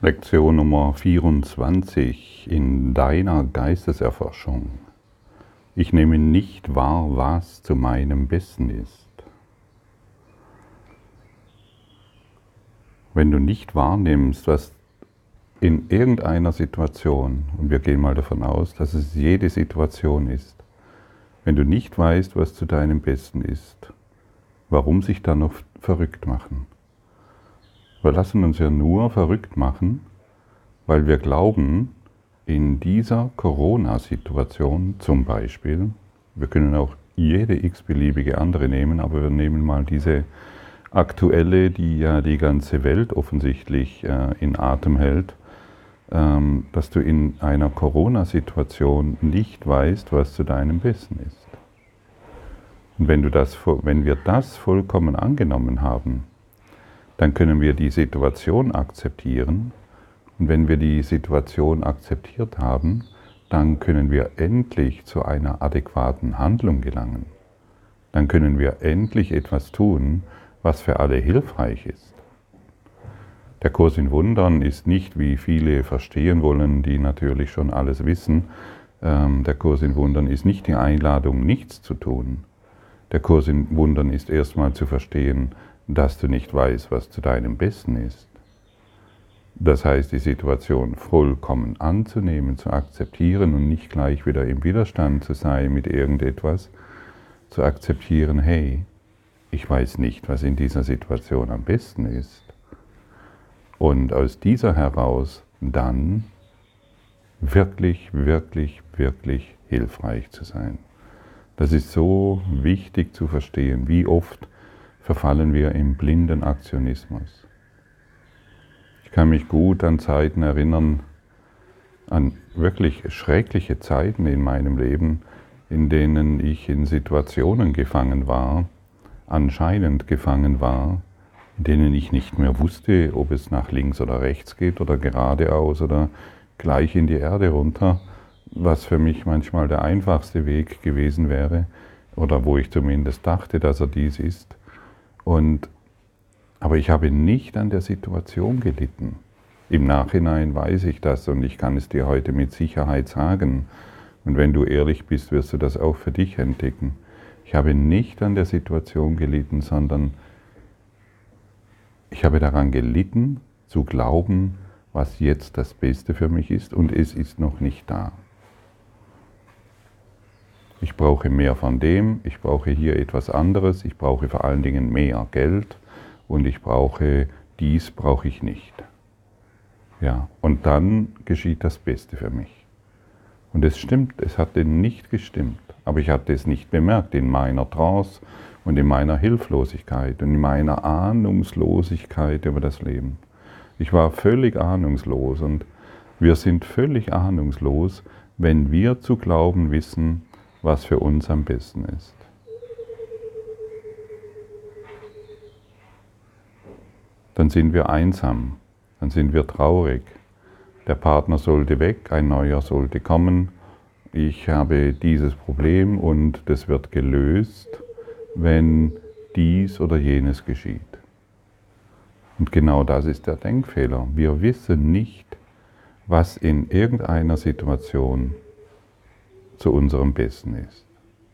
Lektion Nummer 24 in deiner Geisteserforschung. Ich nehme nicht wahr, was zu meinem Besten ist. Wenn du nicht wahrnimmst, was in irgendeiner Situation, und wir gehen mal davon aus, dass es jede Situation ist, wenn du nicht weißt, was zu deinem Besten ist, warum sich dann noch verrückt machen? Wir lassen uns ja nur verrückt machen, weil wir glauben, in dieser Corona-Situation zum Beispiel, wir können auch jede x-beliebige andere nehmen, aber wir nehmen mal diese aktuelle, die ja die ganze Welt offensichtlich in Atem hält, dass du in einer Corona-Situation nicht weißt, was zu deinem Besten ist. Und wenn wir das vollkommen angenommen haben, dann können wir die Situation akzeptieren. Und wenn wir die Situation akzeptiert haben, dann können wir endlich zu einer adäquaten Handlung gelangen. Dann können wir endlich etwas tun, was für alle hilfreich ist. Der Kurs in Wundern ist nicht, wie viele verstehen wollen, die natürlich schon alles wissen, der Kurs in Wundern ist nicht die Einladung, nichts zu tun. Der Kurs in Wundern ist erstmal zu verstehen, dass du nicht weißt, was zu deinem Besten ist. Das heißt, die Situation vollkommen anzunehmen, zu akzeptieren und nicht gleich wieder im Widerstand zu sein mit irgendetwas, zu akzeptieren, hey, ich weiß nicht, was in dieser Situation am besten ist. Und aus dieser heraus dann wirklich, wirklich, wirklich hilfreich zu sein. Das ist so wichtig zu verstehen, wie oft verfallen wir im blinden Aktionismus. Ich kann mich gut an Zeiten erinnern, an wirklich schreckliche Zeiten in meinem Leben, in denen ich in Situationen gefangen war, anscheinend gefangen war, in denen ich nicht mehr wusste, ob es nach links oder rechts geht oder geradeaus oder gleich in die Erde runter, was für mich manchmal der einfachste Weg gewesen wäre oder wo ich zumindest dachte, dass er dies ist. Aber ich habe nicht an der Situation gelitten. Im Nachhinein weiß ich das und ich kann es dir heute mit Sicherheit sagen. Und wenn du ehrlich bist, wirst du das auch für dich entdecken. Ich habe nicht an der Situation gelitten, sondern ich habe daran gelitten, zu glauben, was jetzt das Beste für mich ist und es ist noch nicht da. Ich brauche mehr von dem, ich brauche hier etwas anderes, ich brauche vor allen Dingen mehr Geld und dies brauche ich nicht. Ja, und dann geschieht das Beste für mich. Und es stimmt, es hatte nicht gestimmt, aber ich hatte es nicht bemerkt in meiner Trance und in meiner Hilflosigkeit und in meiner Ahnungslosigkeit über das Leben. Ich war völlig ahnungslos und wir sind völlig ahnungslos, wenn wir zu glauben wissen, was für uns am besten ist. Dann sind wir einsam, dann sind wir traurig. Der Partner sollte weg, ein neuer sollte kommen. Ich habe dieses Problem und das wird gelöst, wenn dies oder jenes geschieht. Und genau das ist der Denkfehler. Wir wissen nicht, was in irgendeiner Situation zu unserem Besten ist.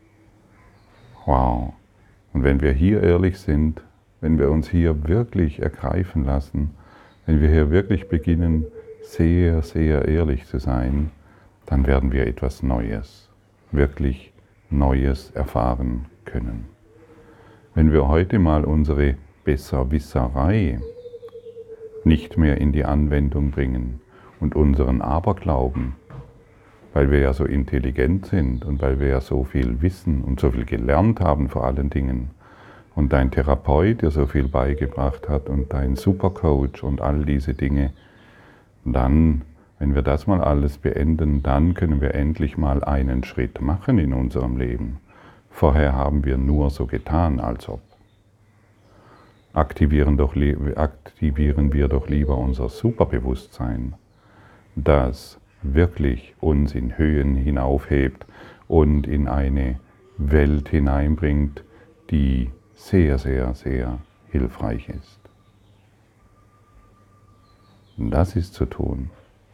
Wow. Und wenn wir hier ehrlich sind, wenn wir uns hier wirklich ergreifen lassen, wenn wir hier wirklich beginnen, sehr, sehr ehrlich zu sein, dann werden wir etwas Neues, wirklich Neues erfahren können. Wenn wir heute mal unsere Besserwisserei nicht mehr in die Anwendung bringen und unseren Aberglauben, weil wir ja so intelligent sind und weil wir ja so viel wissen und so viel gelernt haben vor allen Dingen und dein Therapeut dir so viel beigebracht hat und dein Supercoach und all diese Dinge, dann, wenn wir das mal alles beenden, dann können wir endlich mal einen Schritt machen in unserem Leben. Vorher haben wir nur so getan, als ob. Aktivieren wir doch lieber unser Superbewusstsein, das wirklich uns in Höhen hinaufhebt und in eine Welt hineinbringt, die sehr, sehr, sehr hilfreich ist. Das ist zu tun.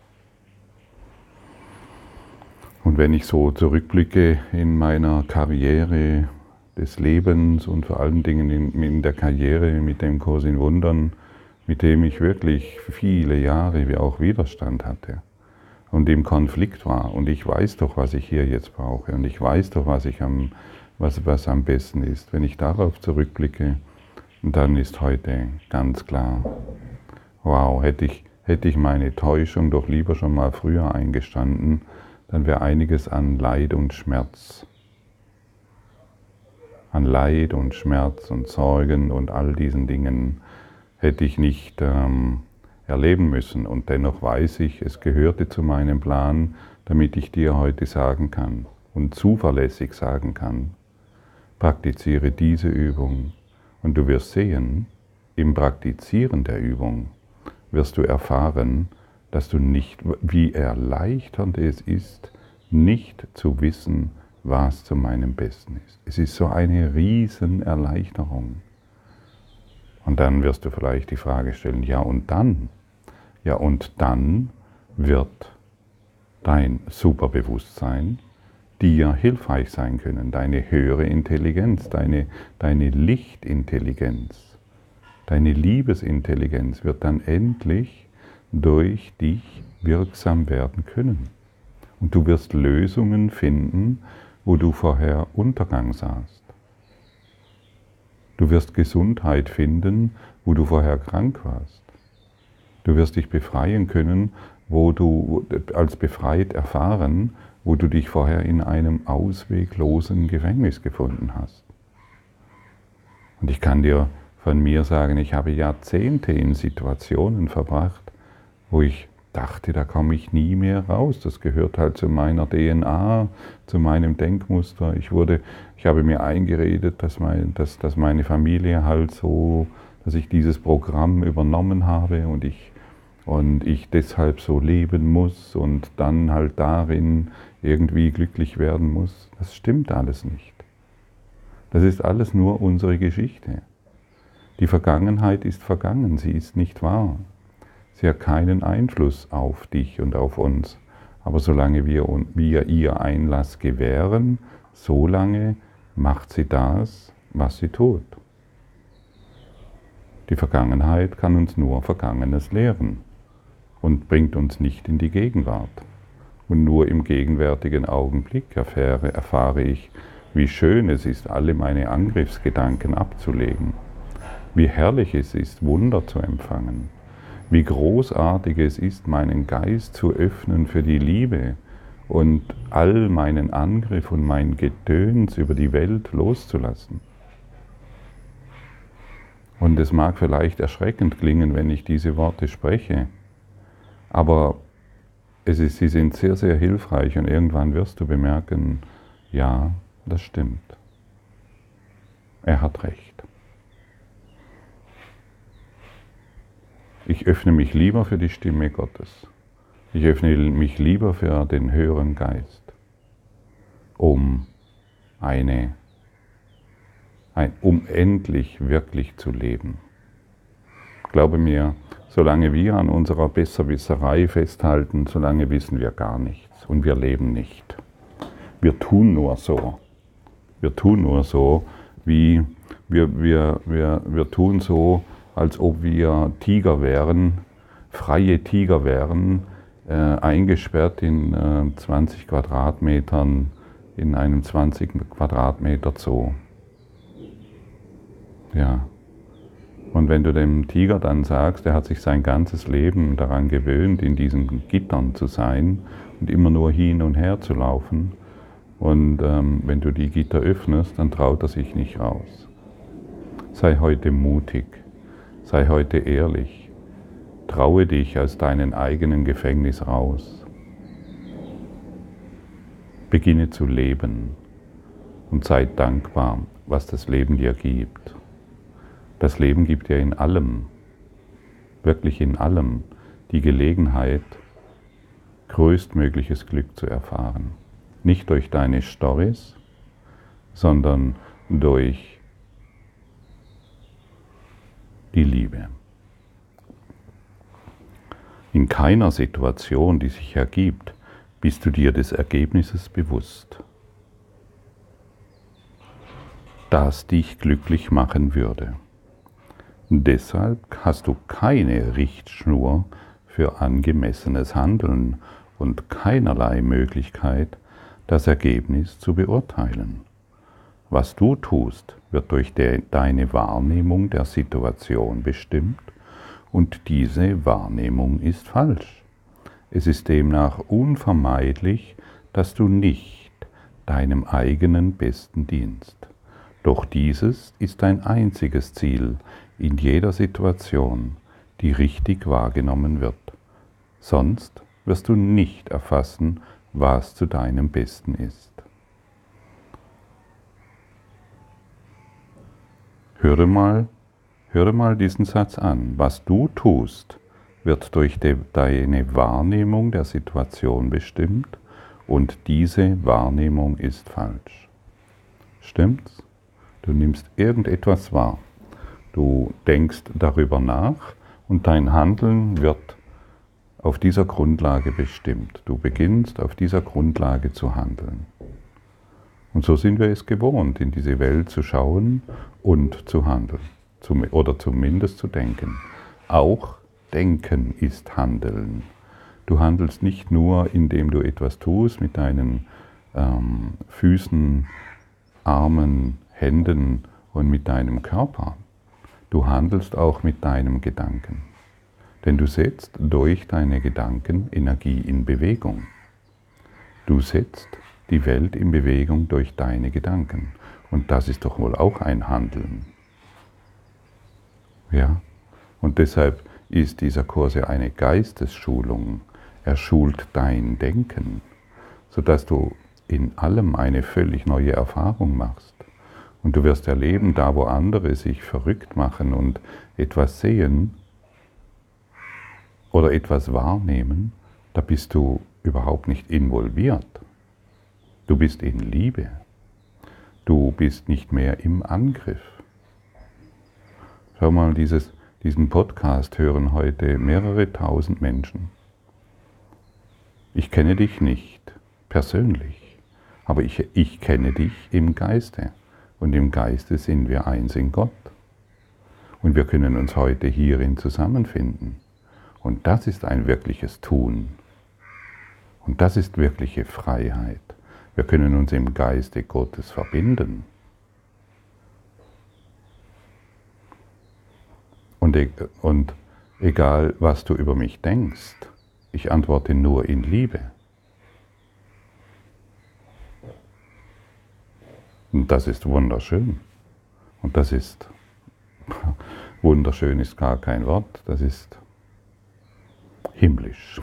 Und wenn ich so zurückblicke in meiner Karriere des Lebens und vor allen Dingen in der Karriere mit dem Kurs in Wundern, mit dem ich wirklich viele Jahre wie auch Widerstand hatte und im Konflikt war. Und ich weiß doch, was ich hier jetzt brauche. Und ich weiß doch, was am besten ist. Wenn ich darauf zurückblicke, dann ist heute ganz klar, wow, hätte ich meine Täuschung doch lieber schon mal früher eingestanden, dann wäre einiges an Leid und Schmerz und Sorgen und all diesen Dingen hätte ich nicht erleben müssen. Und dennoch weiß ich, es gehörte zu meinem Plan, damit ich dir heute sagen kann und zuverlässig sagen kann, praktiziere diese Übung. Und du wirst sehen, im Praktizieren der Übung wirst du erfahren, dass du nicht, wie erleichternd es ist, nicht zu wissen, was zu meinem Besten ist. Es ist so eine Riesenerleichterung. Und dann wirst du vielleicht die Frage stellen, ja und dann? Ja und dann wird dein Superbewusstsein dir hilfreich sein können, deine höhere Intelligenz, deine Lichtintelligenz, deine Liebesintelligenz wird dann endlich durch dich wirksam werden können. Und du wirst Lösungen finden, wo du vorher Untergang sahst. Du wirst Gesundheit finden, wo du vorher krank warst. Du wirst dich befreien können, wo du als befreit erfahren, wo du dich vorher in einem ausweglosen Gefängnis gefunden hast. Und ich kann dir von mir sagen, ich habe Jahrzehnte in Situationen verbracht, wo ich dachte, da komme ich nie mehr raus. Das gehört halt zu meiner DNA, zu meinem Denkmuster. Ich habe mir eingeredet, dass meine Familie halt so, dass ich dieses Programm übernommen habe und ich deshalb so leben muss und dann halt darin irgendwie glücklich werden muss. Das stimmt alles nicht. Das ist alles nur unsere Geschichte. Die Vergangenheit ist vergangen, sie ist nicht wahr. Sie hat keinen Einfluss auf dich und auf uns. Aber solange wir ihr Einlass gewähren, solange macht sie das, was sie tut. Die Vergangenheit kann uns nur Vergangenes lehren und bringt uns nicht in die Gegenwart. Und nur im gegenwärtigen Augenblick erfahre ich, wie schön es ist, alle meine Angriffsgedanken abzulegen. Wie herrlich es ist, Wunder zu empfangen. Wie großartig es ist, meinen Geist zu öffnen für die Liebe und all meinen Angriff und mein Gedöns über die Welt loszulassen. Und es mag vielleicht erschreckend klingen, wenn ich diese Worte spreche, aber sie sind sehr, sehr hilfreich und irgendwann wirst du bemerken, ja, das stimmt. Er hat recht. Ich öffne mich lieber für die Stimme Gottes. Ich öffne mich lieber für den höheren Geist, um endlich wirklich zu leben. Glaube mir, solange wir an unserer Besserwisserei festhalten, solange wissen wir gar nichts und wir leben nicht. Wir tun nur so. Wir tun nur so, wir tun so, als ob wir Tiger wären, freie Tiger wären, eingesperrt in 20 Quadratmetern, in einem 20 Quadratmeter Zoo. Ja. Und wenn du dem Tiger dann sagst, er hat sich sein ganzes Leben daran gewöhnt, in diesen Gittern zu sein und immer nur hin und her zu laufen, und wenn du die Gitter öffnest, dann traut er sich nicht raus. Sei heute mutig, sei heute ehrlich, traue dich aus deinem eigenen Gefängnis raus. Beginne zu leben und sei dankbar, was das Leben dir gibt. Das Leben gibt dir in allem, wirklich in allem, die Gelegenheit, größtmögliches Glück zu erfahren. Nicht durch deine Storys, sondern durch die Liebe. In keiner Situation, die sich ergibt, bist du dir des Ergebnisses bewusst, das dich glücklich machen würde. Deshalb hast du keine Richtschnur für angemessenes Handeln und keinerlei Möglichkeit, das Ergebnis zu beurteilen. Was du tust, wird durch deine Wahrnehmung der Situation bestimmt und diese Wahrnehmung ist falsch. Es ist demnach unvermeidlich, dass du nicht deinem eigenen Besten dienst. Doch dieses ist dein einziges Ziel in jeder Situation, die richtig wahrgenommen wird. Sonst wirst du nicht erfassen, was zu deinem Besten ist. Höre mal diesen Satz an. Was du tust, wird durch deine Wahrnehmung der Situation bestimmt und diese Wahrnehmung ist falsch. Stimmt's? Du nimmst irgendetwas wahr. Du denkst darüber nach und dein Handeln wird auf dieser Grundlage bestimmt. Du beginnst auf dieser Grundlage zu handeln. Und so sind wir es gewohnt, in diese Welt zu schauen und zu handeln. Oder zumindest zu denken. Auch Denken ist Handeln. Du handelst nicht nur, indem du etwas tust mit deinen Füßen, Armen, Händen und mit deinem Körper. Du handelst auch mit deinem Gedanken. Denn du setzt durch deine Gedanken Energie in Bewegung. Du setzt die Welt in Bewegung durch deine Gedanken. Und das ist doch wohl auch ein Handeln. Ja? Und deshalb ist dieser Kurs ja eine Geistesschulung. Er schult dein Denken, sodass du in allem eine völlig neue Erfahrung machst. Und du wirst erleben, da wo andere sich verrückt machen und etwas sehen oder etwas wahrnehmen, da bist du überhaupt nicht involviert. Du bist in Liebe. Du bist nicht mehr im Angriff. Schau mal, diesen Podcast hören heute mehrere tausend Menschen. Ich kenne dich nicht persönlich, aber ich kenne dich im Geiste. Und im Geiste sind wir eins in Gott. Und wir können uns heute hierin zusammenfinden. Und das ist ein wirkliches Tun. Und das ist wirkliche Freiheit. Wir können uns im Geiste Gottes verbinden. Und egal, was du über mich denkst, ich antworte nur in Liebe. Und das ist wunderschön. Und das ist, wunderschön ist gar kein Wort, das ist himmlisch.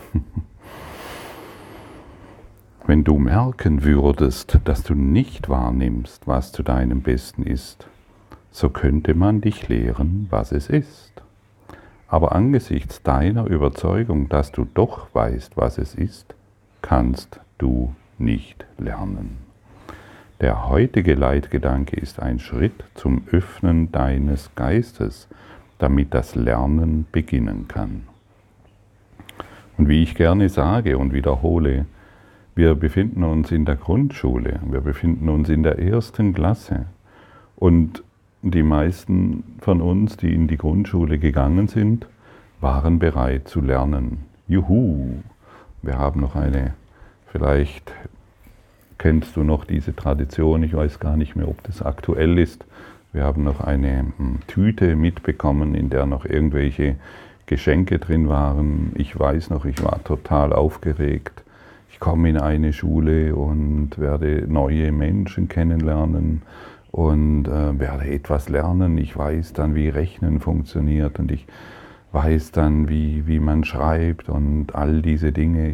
Wenn du merken würdest, dass du nicht wahrnimmst, was zu deinem Besten ist, so könnte man dich lehren, was es ist. Aber angesichts deiner Überzeugung, dass du doch weißt, was es ist, kannst du nicht lernen. Der heutige Leitgedanke ist ein Schritt zum Öffnen deines Geistes, damit das Lernen beginnen kann. Und wie ich gerne sage und wiederhole, wir befinden uns in der Grundschule, wir befinden uns in der 1. Klasse und die meisten von uns, die in die Grundschule gegangen sind, waren bereit zu lernen. Juhu! Wir haben noch vielleicht kennst du noch diese Tradition, ich weiß gar nicht mehr, ob das aktuell ist. Wir haben noch eine Tüte mitbekommen, in der noch irgendwelche Geschenke drin waren. Ich weiß noch, ich war total aufgeregt. Ich komme in eine Schule und werde neue Menschen kennenlernen und werde etwas lernen. Ich weiß dann, wie Rechnen funktioniert und ich weiß dann, wie man schreibt und all diese Dinge.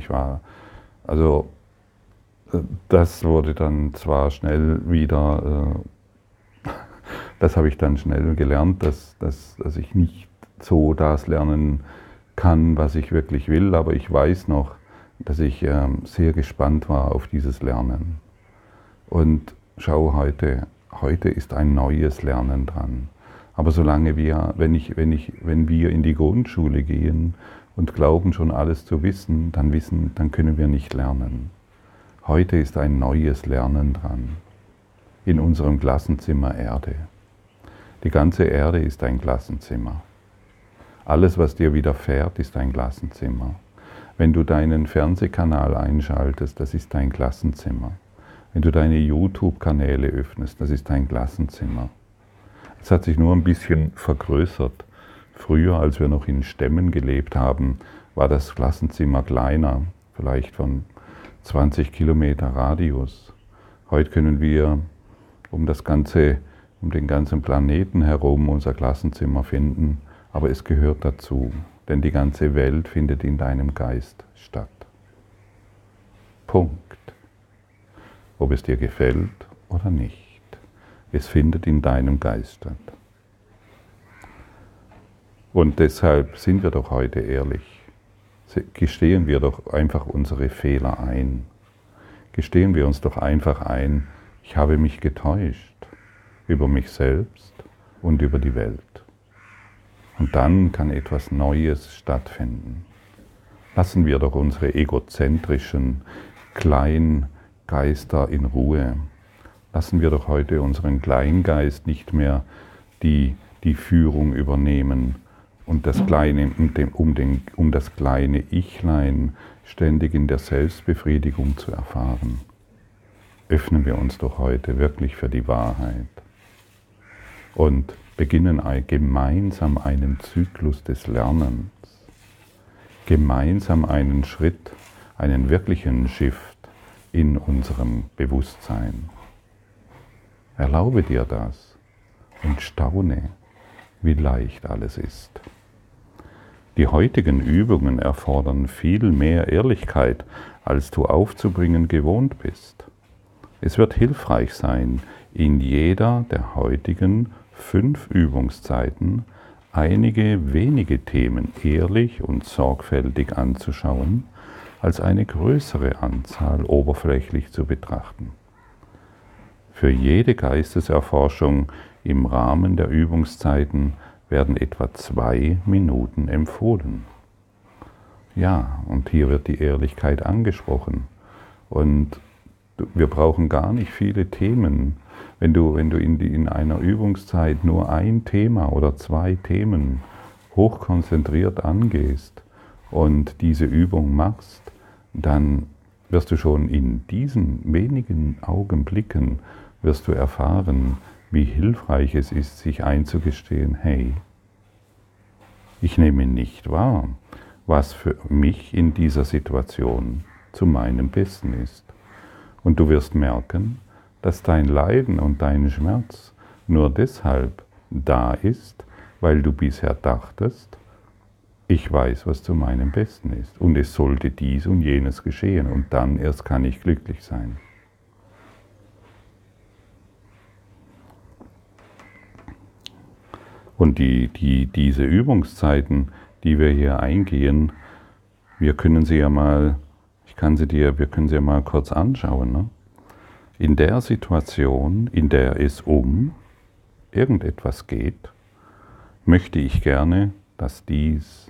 Das wurde dann zwar schnell wieder, das habe ich dann schnell gelernt, dass ich nicht so das lernen kann, was ich wirklich will, aber ich weiß noch, dass ich sehr gespannt war auf dieses Lernen. Und schau, heute ist ein neues Lernen dran. Aber solange wenn wir in die Grundschule gehen und glauben schon alles zu wissen, dann können wir nicht lernen. Heute ist ein neues Lernen dran. In unserem Klassenzimmer Erde. Die ganze Erde ist ein Klassenzimmer. Alles, was dir widerfährt, ist ein Klassenzimmer. Wenn du deinen Fernsehkanal einschaltest, das ist dein Klassenzimmer. Wenn du deine YouTube-Kanäle öffnest, das ist dein Klassenzimmer. Es hat sich nur ein bisschen vergrößert. Früher, als wir noch in Stämmen gelebt haben, war das Klassenzimmer kleiner, vielleicht von 20 Kilometer Radius. Heute können wir um den ganzen Planeten herum unser Klassenzimmer finden, aber es gehört dazu, denn die ganze Welt findet in deinem Geist statt. Punkt. Ob es dir gefällt oder nicht. Es findet in deinem Geist statt. Und deshalb sind wir doch heute ehrlich. Gestehen wir doch einfach unsere Fehler ein. Gestehen wir uns doch einfach ein, ich habe mich getäuscht über mich selbst und über die Welt. Und dann kann etwas Neues stattfinden. Lassen wir doch unsere egozentrischen Kleingeister in Ruhe. Lassen wir doch heute unseren Kleingeist nicht mehr die Führung übernehmen und das kleine, um das kleine Ichlein ständig in der Selbstbefriedigung zu erfahren. Öffnen wir uns doch heute wirklich für die Wahrheit und beginnen gemeinsam einen Zyklus des Lernens, gemeinsam einen Schritt, einen wirklichen Shift in unserem Bewusstsein. Erlaube dir das und staune, wie leicht alles ist. Die heutigen Übungen erfordern viel mehr Ehrlichkeit, als du aufzubringen gewohnt bist. Es wird hilfreich sein, in jeder der heutigen 5 Übungszeiten einige wenige Themen ehrlich und sorgfältig anzuschauen, als eine größere Anzahl oberflächlich zu betrachten. Für jede Geisteserforschung im Rahmen der Übungszeiten werden etwa 2 Minuten empfohlen. Ja, und hier wird die Ehrlichkeit angesprochen. Und wir brauchen gar nicht viele Themen. Wenn du in einer Übungszeit nur ein Thema oder 2 Themen hochkonzentriert angehst und diese Übung machst, dann wirst du schon in diesen wenigen Augenblicken wirst du erfahren, wie hilfreich es ist, sich einzugestehen, hey, ich nehme nicht wahr, was für mich in dieser Situation zu meinem Besten ist. Und du wirst merken, dass dein Leiden und dein Schmerz nur deshalb da ist, weil du bisher dachtest, ich weiß, was zu meinem Besten ist. Und es sollte dies und jenes geschehen und dann erst kann ich glücklich sein. Und diese Übungszeiten, die wir hier eingehen, wir können sie ja mal kurz anschauen. Ne? In der Situation, in der es um irgendetwas geht, möchte ich gerne, dass dies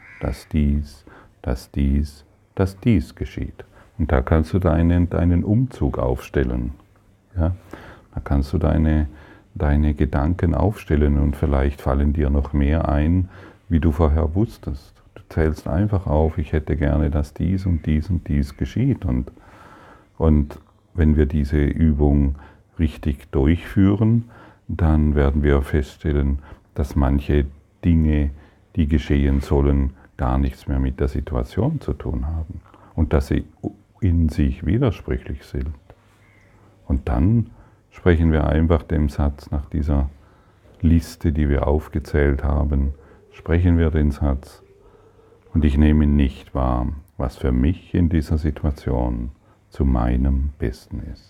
geschieht. Und da kannst du deinen Umzug aufstellen. Ja? Da kannst du deine Gedanken aufstellen und vielleicht fallen dir noch mehr ein, wie du vorher wusstest. Du zählst einfach auf, ich hätte gerne, dass dies und dies und dies geschieht. Und wenn wir diese Übung richtig durchführen, dann werden wir feststellen, dass manche Dinge, die geschehen sollen, gar nichts mehr mit der Situation zu tun haben und dass sie in sich widersprüchlich sind. Und dann sprechen wir einfach dem Satz nach dieser Liste, die wir aufgezählt haben, sprechen wir den Satz, und ich nehme nicht wahr, was für mich in dieser Situation zu meinem Besten ist.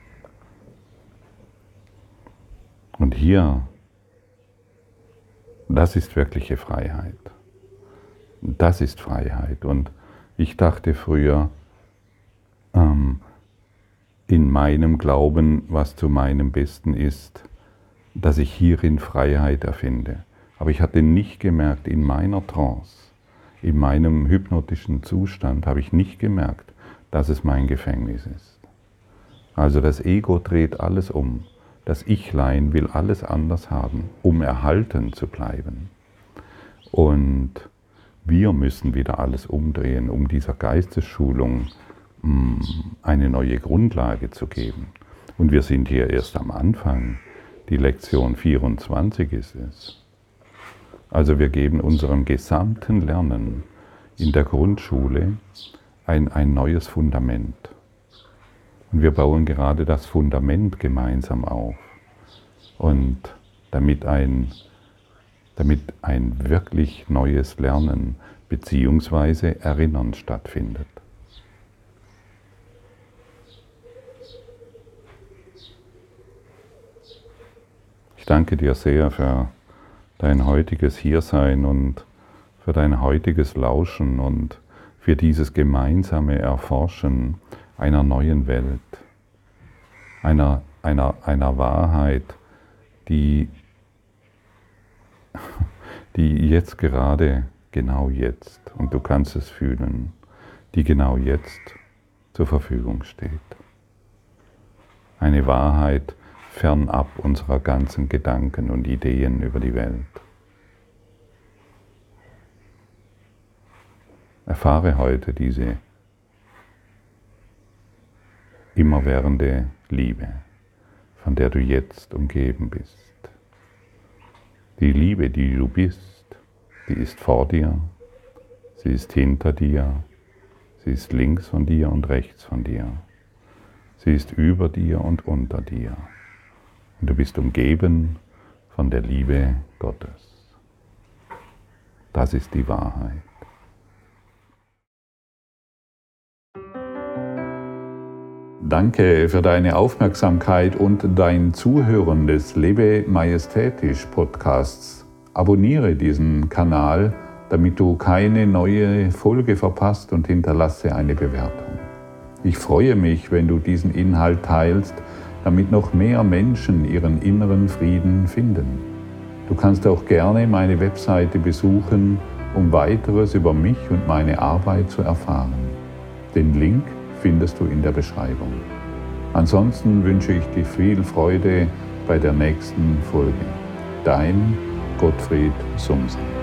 Und hier, das ist wirkliche Freiheit. Das ist Freiheit. Und ich dachte früher, in meinem Glauben, was zu meinem Besten ist, dass ich hierin Freiheit erfinde. Aber ich hatte nicht gemerkt, in meiner Trance, in meinem hypnotischen Zustand habe ich nicht gemerkt, dass es mein Gefängnis ist. Also das Ego dreht alles um. Das Ichlein will alles anders haben, um erhalten zu bleiben. Und wir müssen wieder alles umdrehen, um dieser Geistesschulung eine neue Grundlage zu geben. Und wir sind hier erst am Anfang. Die Lektion 24 ist es. Also wir geben unserem gesamten Lernen in der Grundschule ein neues Fundament. Und wir bauen gerade das Fundament gemeinsam auf. Und damit ein wirklich neues Lernen bzw. Erinnern stattfindet. Ich danke dir sehr für dein heutiges Hiersein und für dein heutiges Lauschen und für dieses gemeinsame Erforschen einer neuen Welt, einer Wahrheit, die jetzt gerade, genau jetzt, und du kannst es fühlen, die genau jetzt zur Verfügung steht. Eine Wahrheit fernab unserer ganzen Gedanken und Ideen über die Welt. Erfahre heute diese immerwährende Liebe, von der du jetzt umgeben bist. Die Liebe, die du bist, die ist vor dir, sie ist hinter dir, sie ist links von dir und rechts von dir. Sie ist über dir und unter dir. Und du bist umgeben von der Liebe Gottes. Das ist die Wahrheit. Danke für deine Aufmerksamkeit und dein Zuhören des Lebe Majestätisch Podcasts. Abonniere diesen Kanal, damit du keine neue Folge verpasst, und hinterlasse eine Bewertung. Ich freue mich, wenn du diesen Inhalt teilst, damit noch mehr Menschen ihren inneren Frieden finden. Du kannst auch gerne meine Webseite besuchen, um weiteres über mich und meine Arbeit zu erfahren. Den Link findest du in der Beschreibung. Ansonsten wünsche ich dir viel Freude bei der nächsten Folge. Dein Gottfried Sumsen.